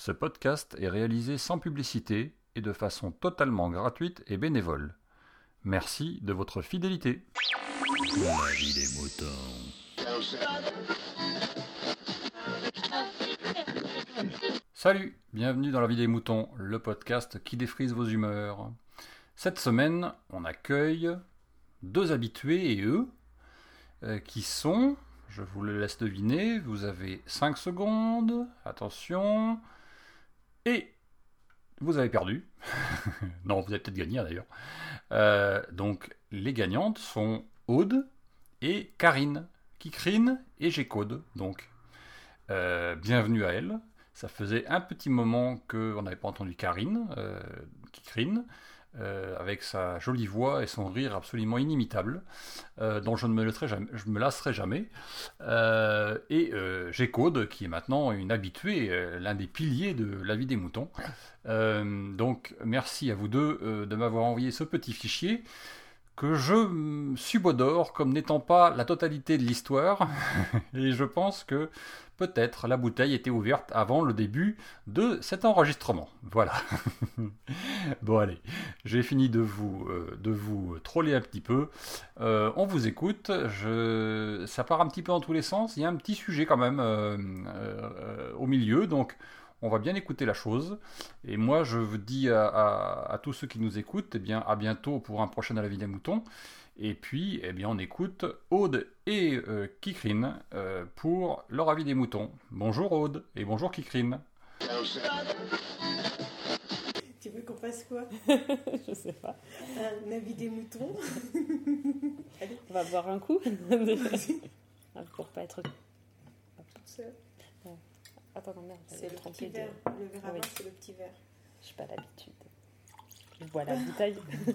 Ce podcast est réalisé sans publicité et de façon totalement gratuite et bénévole. Merci de votre fidélité. La vie des moutons. Salut, bienvenue dans La vie des moutons, le podcast qui défrise vos humeurs. Cette semaine, on accueille deux habitués et eux, qui sont, je vous le laisse deviner, vous avez 5 secondes, attention, et vous avez perdu. Non, vous avez peut-être gagné d'ailleurs. Donc, les gagnantes sont Aude et Karine. Kikrine et G-Code, donc. Bienvenue à elles. Ça faisait un petit moment qu'on n'avait pas entendu Karine, Kikrine, avec sa jolie voix et son rire absolument inimitable, dont je ne me lasserai jamais. Et G-Code, qui est maintenant une habituée, l'un des piliers de La vie des moutons. Donc merci à vous deux de m'avoir envoyé ce petit fichier que je subodore comme n'étant pas la totalité de l'histoire. Et je pense que peut-être la bouteille était ouverte avant le début de cet enregistrement. Voilà. Bon allez, j'ai fini de vous troller un petit peu. On vous écoute. Ça part un petit peu dans tous les sens. Il y a un petit sujet quand même au milieu, donc on va bien écouter la chose. Et moi, je vous dis à tous ceux qui nous écoutent, eh bien, à bientôt pour un prochain à la vie des moutons. Et puis, eh bien, on écoute Aude et Kikrine pour leur avis des moutons. Bonjour Aude et bonjour Kikrine. Tu veux qu'on fasse quoi? Je sais pas. Un avis des moutons. Allez. On va boire un coup. Pour pas être Toute seule. Attends, non, merde. C'est le petit verre. Le verre à vin, c'est le petit verre. J'ai pas l'habitude. Je bois la bouteille.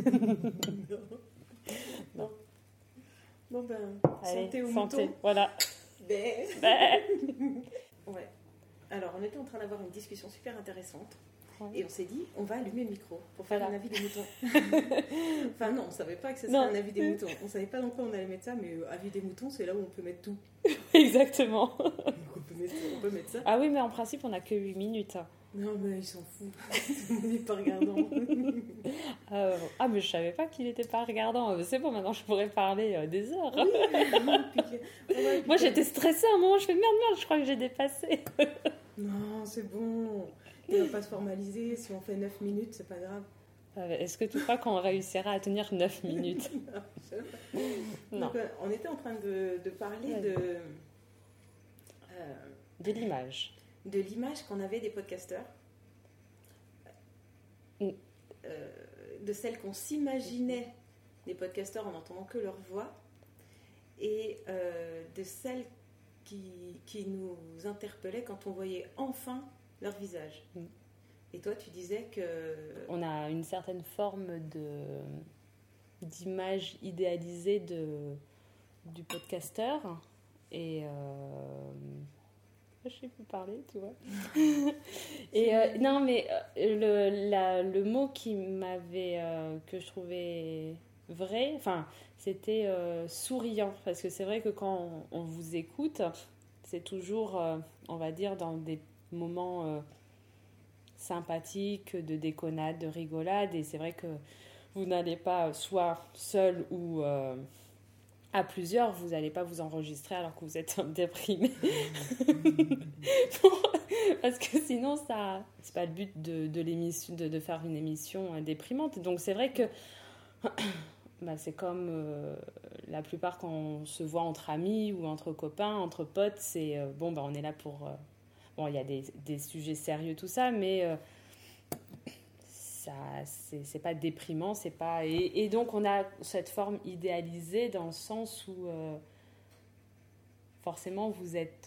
Non. Bon ben, Allez, santé aux santé. moutons. Voilà. Ouais. Ouais. Alors, on était en train d'avoir une discussion super intéressante. Et on s'est dit, on va allumer le micro pour faire un avis des moutons. Enfin non, on savait pas que ce serait un avis des moutons. On savait pas dans quoi on allait mettre ça, mais avis des moutons, c'est là où on peut mettre tout. Exactement. On peut mettre ça. Ah oui, mais en principe, on n'a que 8 minutes. Non, mais il s'en fout. Il n'est pas regardant. Ah, mais je savais pas qu'il était pas regardant. C'est bon, maintenant je pourrais parler des heures. Oui. Moi, j'étais stressée à un moment. Je fais merde, je crois que j'ai dépassé. Non, c'est bon. Il ne va pas se formaliser. Si on fait 9 minutes, c'est pas grave. Est-ce que tu crois qu'on réussira à tenir 9 minutes? Non. Donc, on était en train de parler de l'image. De l'image qu'on avait des podcasteurs. De celle qu'on s'imaginait des podcasteurs en n'entendant que leur voix. Et de celle qui nous interpellait quand on voyait enfin leur visage. Et toi, tu disais que... On a une certaine forme d'image idéalisée du podcasteur. Et... je sais plus parler, tu vois. Et non, mais le mot qui m'avait... que je trouvais vrai, enfin, c'était souriant. Parce que c'est vrai que quand on vous écoute, c'est toujours, on va dire, dans des moments... sympathique, de déconnade, de rigolade, et c'est vrai que vous n'allez pas, soit seul ou à plusieurs, vous n'allez pas vous enregistrer alors que vous êtes déprimé. Parce que sinon, ça, c'est pas le but de l'émission, de faire une émission déprimante. Donc c'est vrai que c'est comme la plupart quand on se voit entre amis ou entre copains, entre potes, c'est on est là pour... Bon, il y a des sujets sérieux, tout ça, mais ça, c'est pas déprimant, c'est pas... Et donc, on a cette forme idéalisée dans le sens où, forcément, vous êtes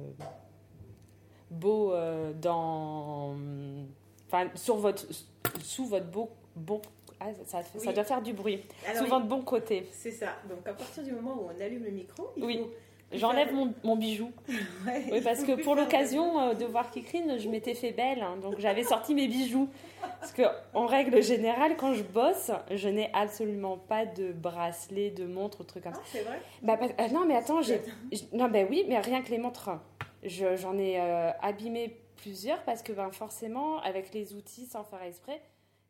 beau dans... Enfin, sous votre beau... Ah, ça doit faire du bruit. Alors, sous votre bon côté. C'est ça. Donc, à partir du moment où on allume le micro, il faut... J'enlève mon bijou. Ouais, oui, parce que pour l'occasion de voir Kikrine, je m'étais fait belle. Donc, j'avais sorti mes bijoux. Parce qu'en règle générale, quand je bosse, je n'ai absolument pas de bracelet, de montre, trucs comme ça. Ah, c'est vrai? Non, mais attends, oui, mais rien que les montres. J'en ai abîmé plusieurs parce que forcément, avec les outils, sans faire exprès,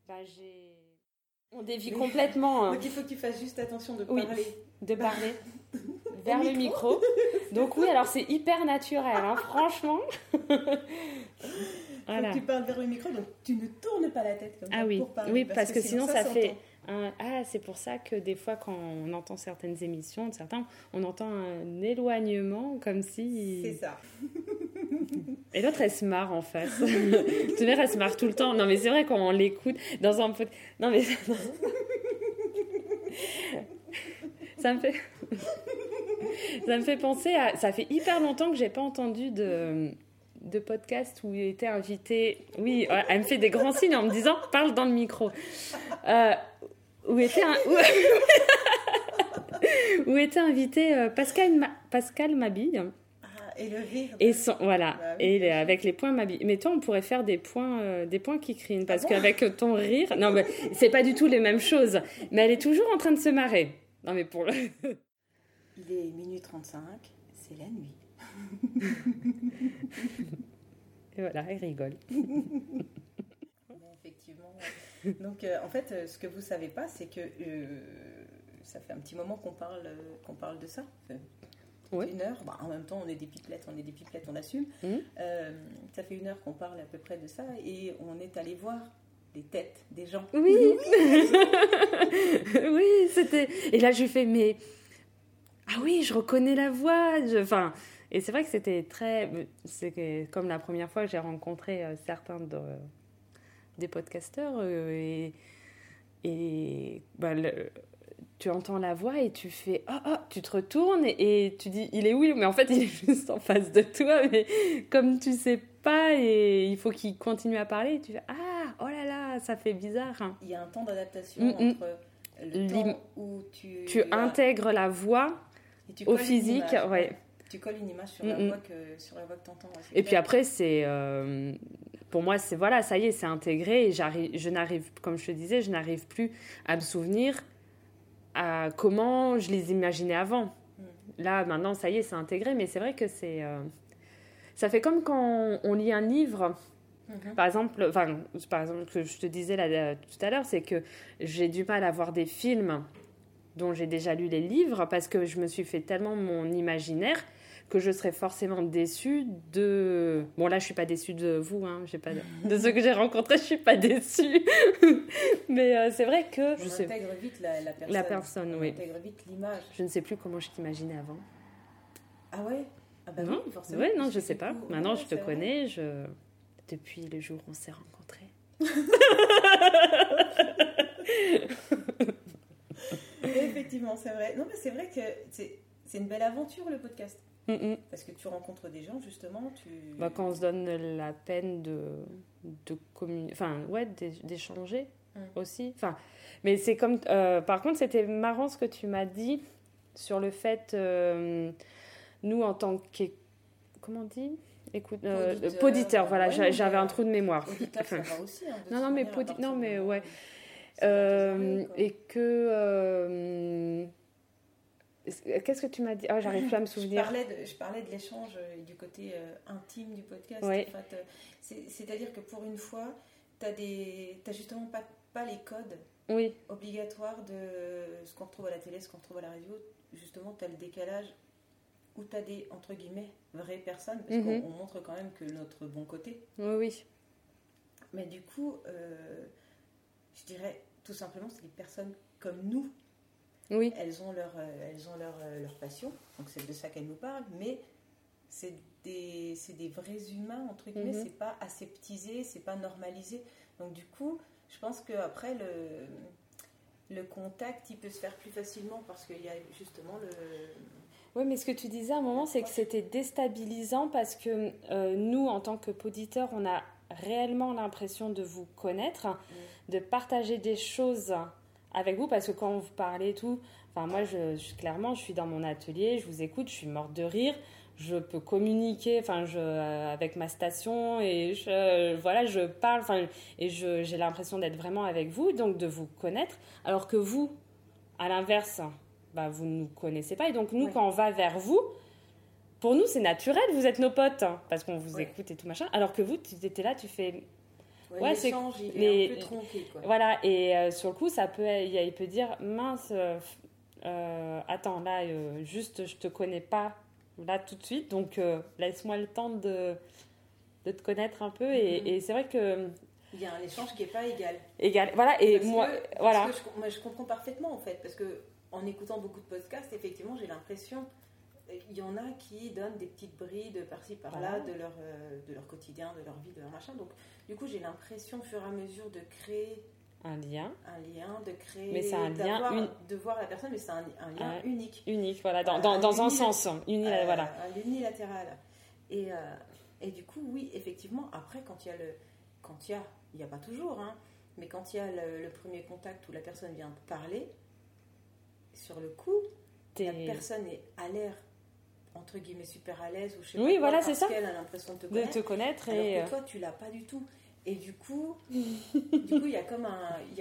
on dévie complètement. Donc il faut que tu fasses juste attention de parler vers le micro. Donc oui, alors c'est hyper naturel, hein, franchement. Voilà. Faut que tu parles vers le micro, donc tu ne tournes pas la tête comme ça pour parler. Oui, parce que sinon ça fait... c'est pour ça que des fois, quand on entend certaines émissions, on entend un éloignement comme si... C'est ça. Et l'autre, elle se marre en face. Tu vois, elle se marre tout le temps. Non, mais c'est vrai, quand on l'écoute dans un peu... Non, mais... Ça me fait penser à... Ça fait hyper longtemps que j'ai pas entendu de podcast où il était invité... Oui, elle me fait des grands signes en me disant « Parle dans le micro ». Où était invité Pascal Mabille. Et le rire. Et avec les points Mabille. Mais toi, on pourrait faire des points qui crient. Parce qu'avec ton rire... Non, mais c'est pas du tout les mêmes choses. Mais elle est toujours en train de se marrer. Non, mais pour le... Il est minuit 35, c'est la nuit. Et voilà, elle rigole. Effectivement. Donc, en fait, ce que vous savez pas, c'est que ça fait un petit moment qu'on parle de ça. Ouais. 1 heure. En même temps, on est des pipelettes, on assume. Ça fait 1 heure qu'on parle à peu près de ça et on est allé voir les têtes des gens. Oui. Oui, c'était... Et là, je fais, mais... Ah oui, je reconnais la voix. Et c'est vrai que c'était c'est comme la première fois que j'ai rencontré certains des podcasteurs tu entends la voix et tu fais tu te retournes et tu dis il est où, mais en fait il est juste en face de toi, mais comme tu sais pas et il faut qu'il continue à parler et tu fais oh là là, ça fait bizarre, hein. Il y a un temps d'adaptation entre le temps où tu intègres la voix au physique, tu colles une image sur la voix que tu entends. Et puis après, c'est pour moi, c'est ça y est, c'est intégré et je n'arrive, comme je te disais, je n'arrive plus à me souvenir à comment je les imaginais avant. Là, maintenant, ça y est, c'est intégré, mais c'est vrai que ça fait comme quand on lit un livre. Par exemple, que je te disais là, tout à l'heure, c'est que j'ai du mal à voir des films dont j'ai déjà lu les livres parce que je me suis fait tellement mon imaginaire que je serais forcément déçue de... Bon, là, je suis pas déçue de vous, hein. De ceux que j'ai rencontrés, je suis pas déçue. Mais c'est vrai que... On intègre vite la personne. La personne, oui. On intègre vite l'image. Je ne sais plus comment je t'imaginais avant. Ah ouais? Ah bah non, oui, forcément. Ouais, non, je sais pas. Maintenant, je te connais. Depuis le jour où on s'est rencontrés. Effectivement, c'est vrai. Non, mais c'est vrai que c'est une belle aventure, le podcast. Parce que tu rencontres des gens, justement. Quand on se donne la peine d'échanger aussi. Mais c'est comme... par contre, c'était marrant ce que tu m'as dit sur le fait... nous, en tant que... Comment on dit ? Écoute, poditeur, voilà, j'avais un trou de mémoire. Auditeur, ça va aussi. Hein, non, mais ouais. Et que... Qu'est-ce que tu m'as dit ? J'arrive plus à me souvenir. Je parlais de l'échange et du côté intime du podcast. Oui. En fait, c'est-à-dire que pour une fois, t'as justement pas les codes obligatoires de ce qu'on retrouve à la télé, ce qu'on retrouve à la radio. Justement, t'as le décalage où t'as des, entre guillemets, vraies personnes, parce qu'on montre quand même que notre bon côté. Oui. Mais du coup, je dirais tout simplement, c'est des personnes comme nous. Oui. Elles ont leur passion, donc c'est de ça qu'elles nous parlent, mais c'est des vrais humains, entre guillemets, c'est pas aseptisé, c'est pas normalisé. Donc du coup, je pense qu'après, le contact, il peut se faire plus facilement parce qu'il y a justement le... Oui, mais ce que tu disais à un moment, c'est que c'était déstabilisant parce que nous, en tant que poditeurs, on a réellement l'impression de vous connaître, de partager des choses avec vous, parce que quand vous parlez et tout, moi, clairement, je suis dans mon atelier, je vous écoute, je suis morte de rire, je peux communiquer avec ma station et je parle, et j'ai l'impression d'être vraiment avec vous, donc de vous connaître, alors que vous, à l'inverse, vous ne nous connaissez pas, et donc nous, quand on va vers vous, pour nous, c'est naturel, vous êtes nos potes, hein, parce qu'on vous écoute et tout machin. Alors que vous, tu étais là, tu fais... Ouais, l'échange, il est un peu tronqué, quoi. Voilà, et sur le coup, il peut dire, mince, attends, là, juste, je te connais pas là tout de suite, donc laisse-moi le temps de te connaître un peu. Et c'est vrai que... Il y a un échange qui n'est pas égal. Voilà, et parce que moi, je comprends parfaitement, en fait, parce que en écoutant beaucoup de podcasts, effectivement, j'ai l'impression... Il y en a qui donnent des petites brides par-ci, par-là de leur quotidien, de leur vie, de leur machin. Donc, du coup, j'ai l'impression, au fur et à mesure, de créer un lien, de créer... Mais c'est un lien... de voir la personne, mais c'est un lien unique. Unique, voilà, dans un sens. Voilà. Unilatéral. Et du coup, oui, effectivement, après, il n'y a pas toujours, hein, mais quand il y a le premier contact où la personne vient parler, sur le coup, la personne est à l'air, entre guillemets, super à l'aise, ou je sais pas, voilà, parce c'est ça. qu'elle a l'impression de te connaître, alors que toi, tu l'as pas du tout. Et du coup, il y a comme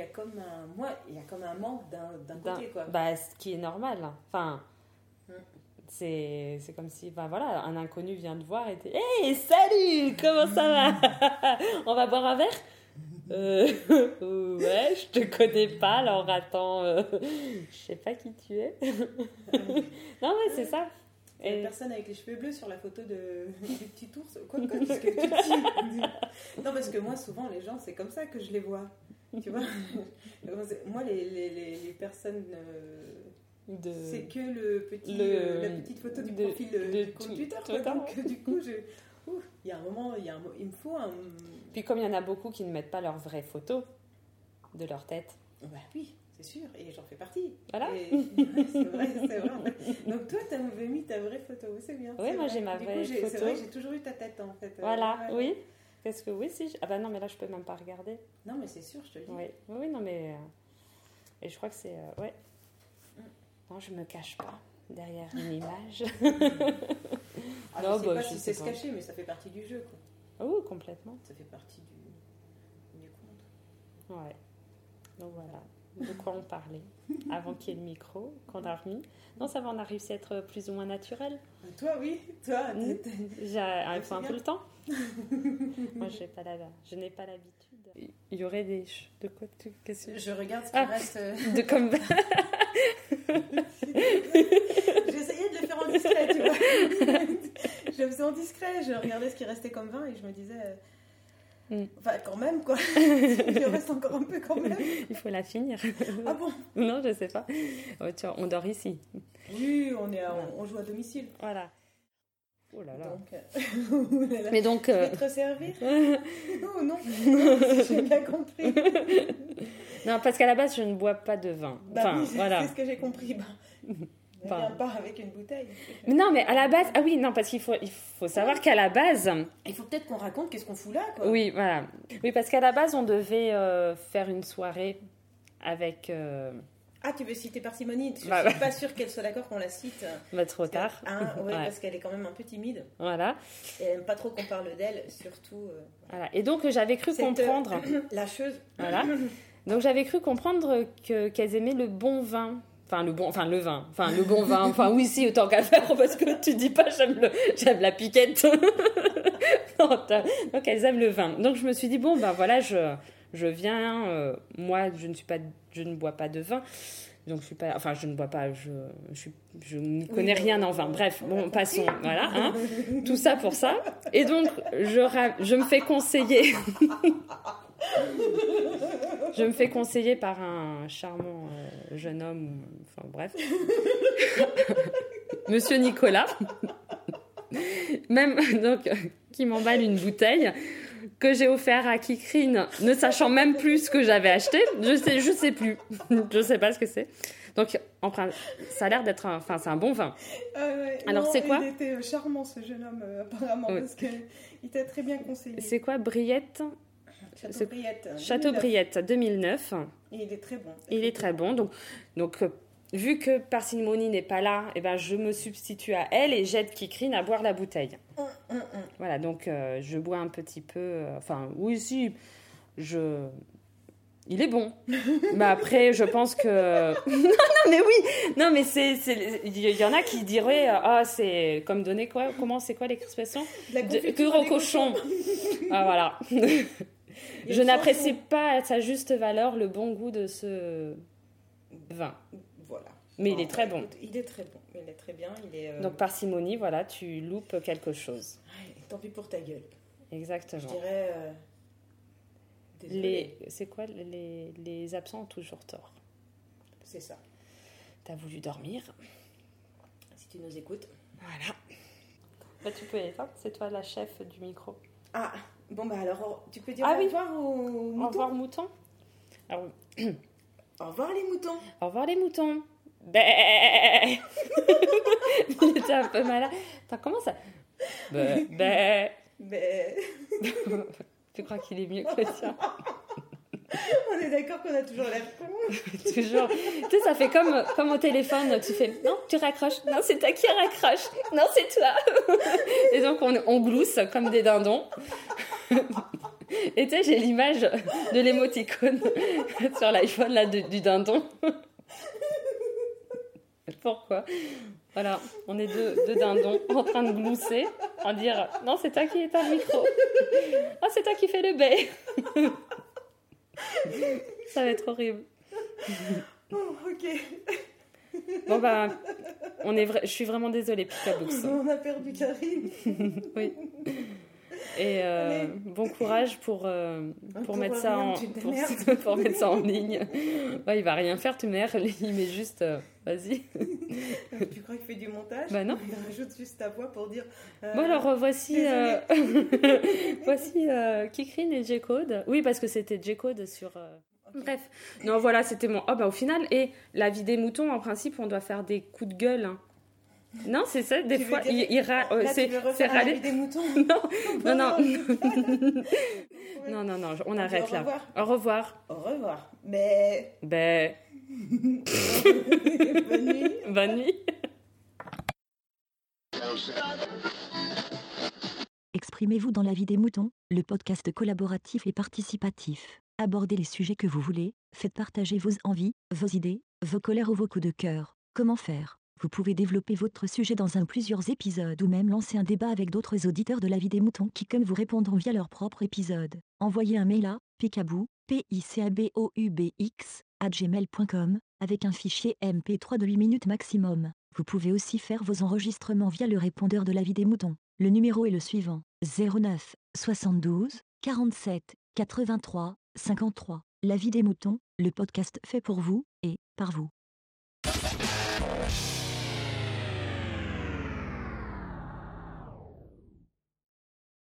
un manque d'un côté, quoi. Ce qui est normal. Enfin, c'est comme si, voilà, un inconnu vient te voir et t'es, hey, salut, comment ça va? On va boire un verre? Ouais, je te connais pas, alors attends, je sais pas qui tu es. Non, mais c'est ça. La personne avec les cheveux bleus sur la photo du petit ours. Quoi, parce que tu dis... Non, parce que moi, souvent, les gens, c'est comme ça que je les vois. Tu vois? Moi, les personnes... C'est que la petite photo du profil du compte Twitter. Donc, du coup, il y a un moment, il me faut un... Puis comme il y en a beaucoup qui ne mettent pas leurs vraies photos de leur tête. Bah oui, c'est sûr, et j'en fais partie. Voilà. C'est vrai. En fait. Donc toi, tu avais mis ta vraie photo, c'est bien. Oui, moi j'ai ma vraie photo. C'est vrai que j'ai toujours eu ta tête, en fait. Voilà, oui. Parce que oui, si... Ah bah non, mais là, je peux même pas regarder. Non, mais c'est sûr, je te le dis. Oui, non, mais... Et je crois que c'est... Ouais. Non, je me cache pas derrière une image. Non, je sais pas si c'est se cacher, mais ça fait partie du jeu, quoi. Oh, complètement. Ça fait partie du compte. Ouais. Donc voilà. De quoi on parlait avant qu'il y ait le micro, qu'on a remis. Non, ça va, on a réussi à être plus ou moins naturel. Toi, oui. Toi, il faut un peu le temps. Moi, je n'ai pas l'habitude. Il y aurait des... De quoi qu'est-ce que... Je regarde ce qui reste... De comme... J'essayais de le faire en discret, tu vois. Je le faisais en discret, je regardais ce qui restait comme vin et je me disais... Enfin, quand même, quoi. Il reste encore un peu quand même. Il faut la finir. Ah bon? Non, je sais pas. Oh, tiens, on dort ici. Oui, on joue à domicile. Voilà. Oh là là. Donc, mais donc... Tu veux te resservir? Non, j'ai bien compris. Non, parce qu'à la base, je ne bois pas de vin. Oui, c'est ce que j'ai compris. Ne viens pas avec une bouteille. Non, mais à la base... Ah oui, non, parce qu'il faut savoir qu'à la base... Il faut peut-être qu'on raconte qu'est-ce qu'on fout là, quoi. Oui, voilà. Oui, parce qu'à la base, on devait faire une soirée avec... Ah, tu veux citer parcimonie? Je ne suis pas sûre qu'elle soit d'accord qu'on la cite. Trop tard. Parce qu'elle est quand même un peu timide. Voilà. Et elle n'aime pas trop qu'on parle d'elle, surtout... Voilà. Et donc, j'avais cru comprendre... Lâcheuse. Voilà. Donc, j'avais cru comprendre qu'elles aimaient le bon vin. Le bon vin. Enfin, oui, si, autant qu'à faire, parce que tu dis pas j'aime la piquette. Donc, elles aiment le vin. Donc, je me suis dit, bon, voilà, je viens, moi, je ne bois pas de vin. Donc, je suis pas, enfin, je ne bois pas, je ne connais rien en vin. Bref, bon, passons, voilà, hein. Tout ça pour ça. Et donc, je me fais conseiller. Je me fais conseiller par un charmant jeune homme, enfin bref, Monsieur Nicolas, même donc qui m'emballe une bouteille que j'ai offert à Kikrine, ne sachant même plus ce que j'avais acheté. Je sais plus, je sais pas ce que c'est. Donc ça a l'air d'être c'est un bon vin. Alors non, c'est quoi? Il était charmant ce jeune homme apparemment parce qu'il t'a très bien conseillé. C'est quoi, Briette? Châteaubriette 2009. Et il est très bon. Il est très bon. Donc vu que Parcimonie n'est pas là, je me substitue à elle et j'aide Kikrine à boire la bouteille. Voilà, donc je bois un petit peu. Oui, si, je Il est bon. Mais après, je pense que... non, mais oui. Non, mais il y en a qui diraient, c'est comme donner quoi? Comment, c'est quoi l'expression? Cure au cochon. Ah, voilà. Je n'apprécie pas à sa juste valeur le bon goût de ce vin. Voilà. Mais il est très bon. Il est très bon. Il est très bien. Donc, parcimonie, voilà, tu loupes quelque chose. Tant pis pour ta gueule. Exactement. Je dirais... C'est quoi les absents ont toujours tort. C'est ça. T'as voulu dormir. Si tu nous écoutes. Voilà. Bah, tu peux éteindre, c'est toi la chef du micro. Ah, bon bah alors, tu peux dire au revoir aux moutons. Au revoir moutons. Alors... Au revoir les moutons. Au revoir les moutons. Bé. Il était un peu malade. Attends, comment ça? Bé. Tu crois qu'il est mieux que le tien? On est d'accord qu'on a toujours l'air con. Toujours. Tu sais, ça fait comme au téléphone, tu fais non, tu raccroches. Non, c'est toi qui raccroche. Non, c'est toi. Et donc, on glousse comme des dindons. Et tu sais, j'ai l'image de l'émoticône sur l'iPhone là, du dindon. Pourquoi? Voilà, on est deux dindons en train de glousser, en dire non, c'est toi qui éteins le micro. Ah, c'est toi qui fais le bai. Ça va être horrible. Oh, ok. Bon, bah, je suis vraiment désolée, Picabooks. On a perdu Karine. Oui. Et bon courage pour mettre ça pour mettre ça en ligne. Ouais, il va rien faire, tu mères, il met juste vas-y. Tu crois qu'il fait du montage? Bah non. Il rajoute juste ta voix pour dire bon alors voici voici Kikrine et J-Code. Oui, parce que c'était J-Code sur okay. Bref. Non, voilà, c'était mon au final, et la vie des moutons, en principe, on doit faire des coups de gueule, hein. Non, c'est ça, des fois, c'est râler. Des moutons. Non, on arrête là. Au revoir. Au revoir. Mais... Bonne nuit. Bonne nuit. Exprimez-vous dans la vie des moutons, le podcast collaboratif et participatif. Abordez les sujets que vous voulez, faites partager vos envies, vos idées, vos colères ou vos coups de cœur. Comment faire? Vous pouvez développer votre sujet dans plusieurs épisodes ou même lancer un débat avec d'autres auditeurs de la vie des moutons qui comme vous répondront via leur propre épisode. Envoyez un mail à picaboo, picaboubx@gmail.com avec un fichier MP3 de 8 minutes maximum. Vous pouvez aussi faire vos enregistrements via le répondeur de la vie des moutons. Le numéro est le suivant: 09 72 47 83 53. La vie des moutons, le podcast fait pour vous et par vous.